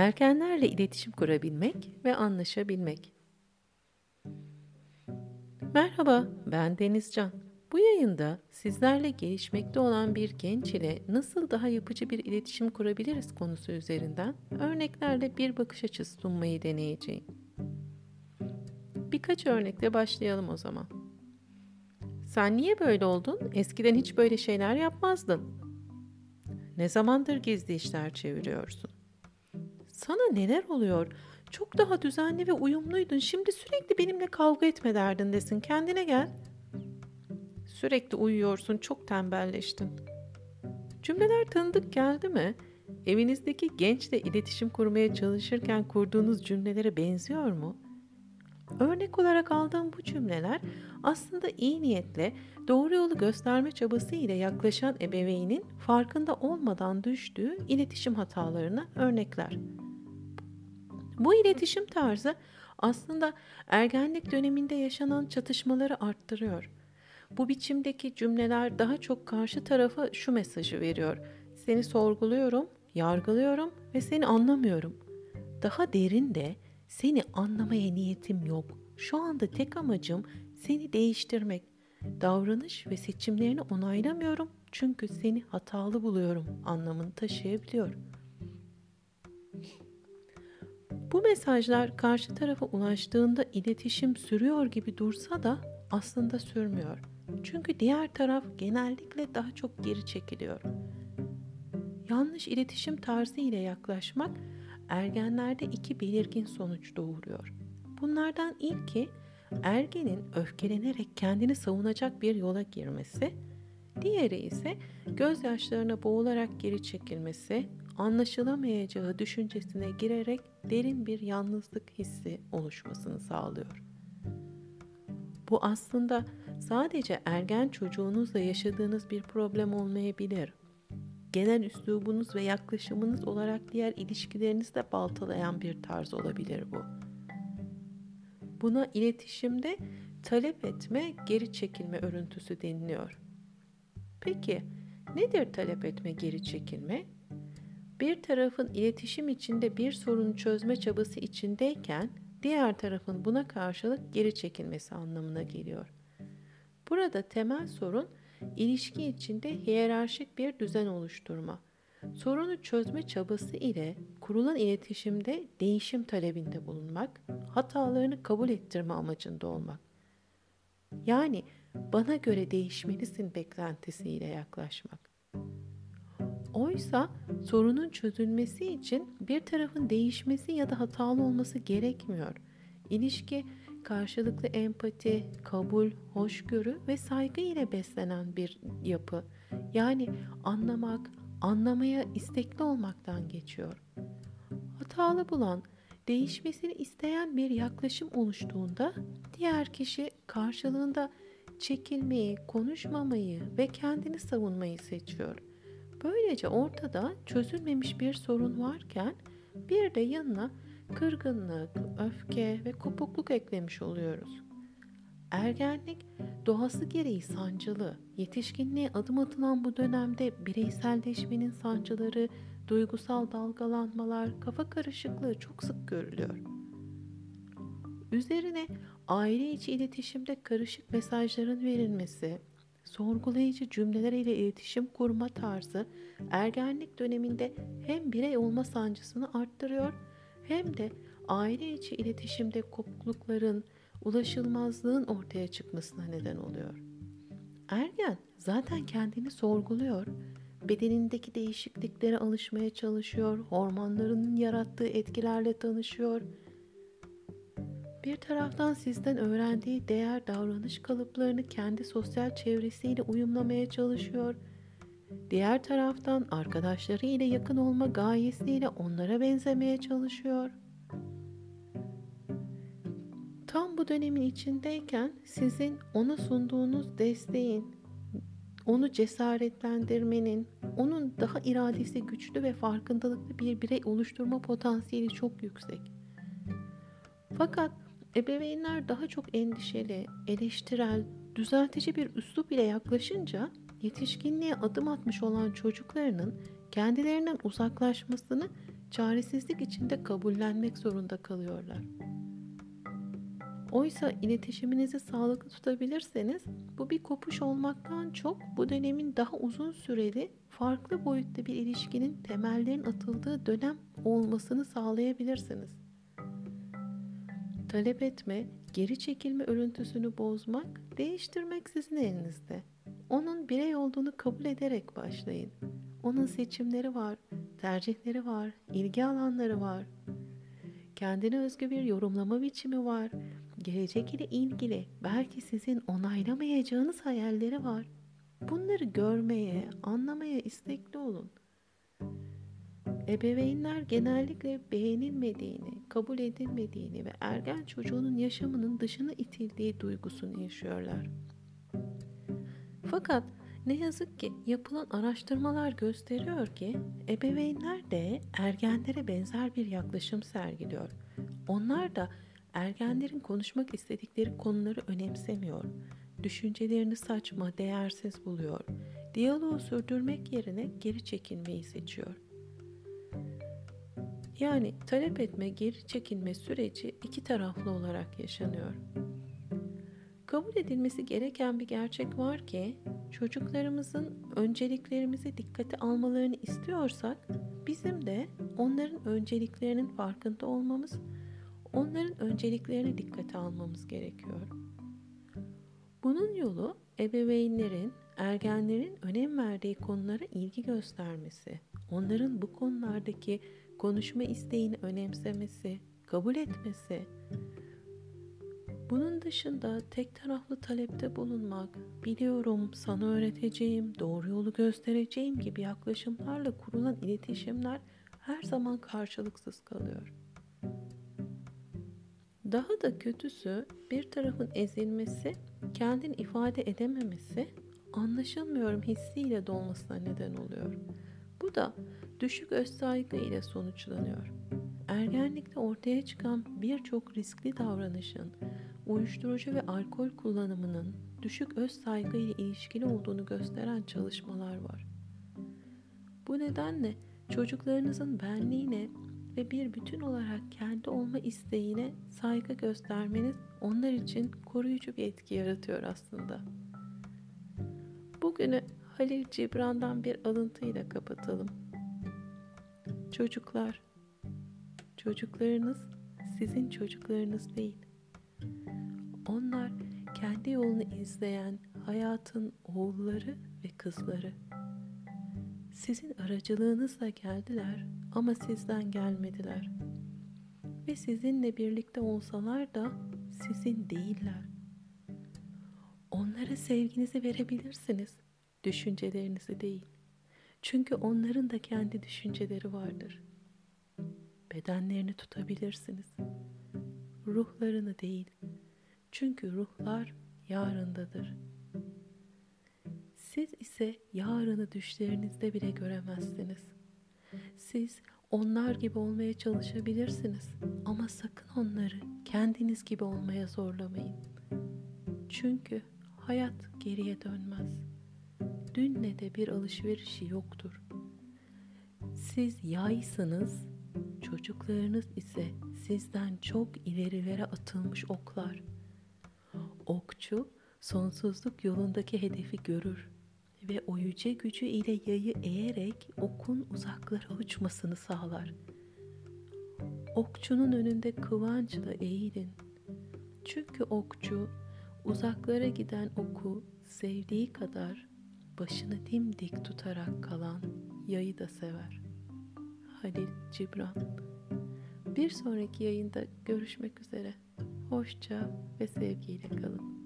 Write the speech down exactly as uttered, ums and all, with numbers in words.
Ergenlerle iletişim kurabilmek ve anlaşabilmek. Merhaba, ben Denizcan. Bu yayında sizlerle gelişmekte olan bir genç ile nasıl daha yapıcı bir iletişim kurabiliriz konusu üzerinden örneklerle bir bakış açısı sunmayı deneyeceğim. Birkaç örnekle başlayalım o zaman. Sen niye böyle oldun? Eskiden hiç böyle şeyler yapmazdın. Ne zamandır gizli işler çeviriyorsun? Sana neler oluyor? Çok daha düzenli ve uyumluydun. Şimdi sürekli benimle kavga etme derdindesin. Kendine gel. Sürekli uyuyorsun, çok tembelleştin. Cümleler tanıdık geldi mi? Evinizdeki gençle iletişim kurmaya çalışırken kurduğunuz cümlelere benziyor mu? Örnek olarak aldığım bu cümleler aslında iyi niyetle doğru yolu gösterme çabası ile yaklaşan ebeveynin farkında olmadan düştüğü iletişim hatalarına örnekler. Bu iletişim tarzı aslında ergenlik döneminde yaşanan çatışmaları arttırıyor. Bu biçimdeki cümleler daha çok karşı tarafa şu mesajı veriyor: seni sorguluyorum, yargılıyorum ve seni anlamıyorum. Daha derin de seni anlamaya niyetim yok. Şu anda tek amacım seni değiştirmek. Davranış ve seçimlerini onaylamıyorum çünkü seni hatalı buluyorum anlamını taşıyabiliyor. Bu mesajlar karşı tarafa ulaştığında iletişim sürüyor gibi dursa da aslında sürmüyor. Çünkü diğer taraf genellikle daha çok geri çekiliyor. Yanlış iletişim tarzı ile yaklaşmak ergenlerde iki belirgin sonuç doğuruyor. Bunlardan ilki ergenin öfkelenerek kendini savunacak bir yola girmesi, diğeri ise gözyaşlarına boğularak geri çekilmesi, anlaşılamayacağı düşüncesine girerek derin bir yalnızlık hissi oluşmasını sağlıyor. Bu aslında sadece ergen çocuğunuzla yaşadığınız bir problem olmayabilir. Genel üslubunuz ve yaklaşımınız olarak diğer ilişkilerinizi de baltalayan bir tarz olabilir bu. Buna iletişimde talep etme, geri çekilme örüntüsü deniliyor. Peki, nedir talep etme, geri çekilme? Bir tarafın iletişim içinde bir sorunu çözme çabası içindeyken diğer tarafın buna karşılık geri çekilmesi anlamına geliyor. Burada temel sorun ilişki içinde hiyerarşik bir düzen oluşturma. Sorunu çözme çabası ile kurulan iletişimde değişim talebinde bulunmak, hatalarını kabul ettirme amacında olmak. Yani bana göre değişmelisin beklentisiyle yaklaşmak. Oysa sorunun çözülmesi için bir tarafın değişmesi ya da hatalı olması gerekmiyor. İlişki karşılıklı empati, kabul, hoşgörü ve saygı ile beslenen bir yapı. Yani anlamak, anlamaya istekli olmaktan geçiyor. Hatalı bulan, değişmesini isteyen bir yaklaşım oluştuğunda diğer kişi karşılığında çekilmeyi, konuşmamayı ve kendini savunmayı seçiyor. Böylece ortada çözülmemiş bir sorun varken bir de yanına kırgınlık, öfke ve kopukluk eklemiş oluyoruz. Ergenlik doğası gereği sancılı. Yetişkinliğe adım atılan bu dönemde bireyselleşmenin sancıları, duygusal dalgalanmalar, kafa karışıklığı çok sık görülüyor. Üzerine aile içi iletişimde karışık mesajların verilmesi, sorgulayıcı cümleler ile iletişim kurma tarzı ergenlik döneminde hem birey olma sancısını arttırıyor hem de aile içi iletişimde kopuklukların, ulaşılmazlığın ortaya çıkmasına neden oluyor. Ergen zaten kendini sorguluyor, bedenindeki değişikliklere alışmaya çalışıyor, hormonlarının yarattığı etkilerle tanışıyor. Bir taraftan sizden öğrendiği değer davranış kalıplarını kendi sosyal çevresiyle uyumlamaya çalışıyor. Diğer taraftan arkadaşları ile yakın olma gayesiyle onlara benzemeye çalışıyor. Tam bu dönemin içindeyken sizin ona sunduğunuz desteğin, onu cesaretlendirmenin, onun daha iradesi güçlü ve farkındalıklı bir birey oluşturma potansiyeli çok yüksek. Fakat ebeveynler daha çok endişeli, eleştirel, düzeltici bir üslup ile yaklaşınca yetişkinliğe adım atmış olan çocuklarının kendilerinden uzaklaşmasını çaresizlik içinde kabullenmek zorunda kalıyorlar. Oysa iletişiminizi sağlıklı tutabilirseniz bu bir kopuş olmaktan çok bu dönemin daha uzun süreli farklı boyutta bir ilişkinin temellerin atıldığı dönem olmasını sağlayabilirsiniz. Talep etme, geri çekilme örüntüsünü bozmak, değiştirmek sizin elinizde. Onun birey olduğunu kabul ederek başlayın. Onun seçimleri var, tercihleri var, ilgi alanları var. Kendine özgü bir yorumlama biçimi var. Gelecek ile ilgili belki sizin onaylamayacağınız hayalleri var. Bunları görmeye, anlamaya istekli olun. Ebeveynler genellikle beğenilmediğini, kabul edilmediğini ve ergen çocuğunun yaşamının dışına itildiği duygusunu yaşıyorlar. Fakat ne yazık ki yapılan araştırmalar gösteriyor ki ebeveynler de ergenlere benzer bir yaklaşım sergiliyor. Onlar da ergenlerin konuşmak istedikleri konuları önemsemiyor. Düşüncelerini saçma, değersiz buluyor. Diyaloğu sürdürmek yerine geri çekilmeyi seçiyor. Yani talep etme, geri çekilme süreci iki taraflı olarak yaşanıyor. Kabul edilmesi gereken bir gerçek var ki çocuklarımızın önceliklerimizi dikkate almalarını istiyorsak bizim de onların önceliklerinin farkında olmamız, onların önceliklerini dikkate almamız gerekiyor. Bunun yolu ebeveynlerin, ergenlerin önem verdiği konulara ilgi göstermesi, onların bu konulardaki konuşma isteğini önemsemesi, kabul etmesi. Bunun dışında tek taraflı talepte bulunmak, biliyorum, sana öğreteceğim, doğru yolu göstereceğim gibi yaklaşımlarla kurulan iletişimler her zaman karşılıksız kalıyor. Daha da kötüsü bir tarafın ezilmesi, kendini ifade edememesi, anlaşılmıyorum hissiyle dolmasına neden oluyor. Bu da düşük özsaygı ile sonuçlanıyor. Ergenlikte ortaya çıkan birçok riskli davranışın, uyuşturucu ve alkol kullanımının düşük özsaygı ile ilişkili olduğunu gösteren çalışmalar var. Bu nedenle çocuklarınızın benliğine ve bir bütün olarak kendi olma isteğine saygı göstermeniz onlar için koruyucu bir etki yaratıyor aslında. Bugünü Halil Cibran'dan bir alıntıyla kapatalım. Çocuklar, çocuklarınız sizin çocuklarınız değil. Onlar kendi yolunu izleyen hayatın oğulları ve kızları. Sizin aracılığınızla geldiler ama sizden gelmediler. Ve sizinle birlikte olsalar da sizin değiller. Onlara sevginizi verebilirsiniz, düşüncelerinizi değil. Çünkü onların da kendi düşünceleri vardır. Bedenlerini tutabilirsiniz, ruhlarını değil. Çünkü ruhlar yarındadır. Siz ise yarını düşlerinizde bile göremezsiniz. Siz onlar gibi olmaya çalışabilirsiniz ama sakın onları kendiniz gibi olmaya zorlamayın. Çünkü hayat geriye dönmez. Dünle de bir alışverişi yoktur. Siz yaysınız, çocuklarınız ise sizden çok ilerilere atılmış oklar. Okçu sonsuzluk yolundaki hedefi görür ve o yüce gücü ile yayı eğerek okun uzaklara uçmasını sağlar. Okçunun önünde kıvançla eğilin. Çünkü okçu uzaklara giden oku sevdiği kadar başını dimdik tutarak kalan yayı da sever. Halil Cibran. Bir sonraki yayında görüşmek üzere. Hoşça ve sevgiyle kalın.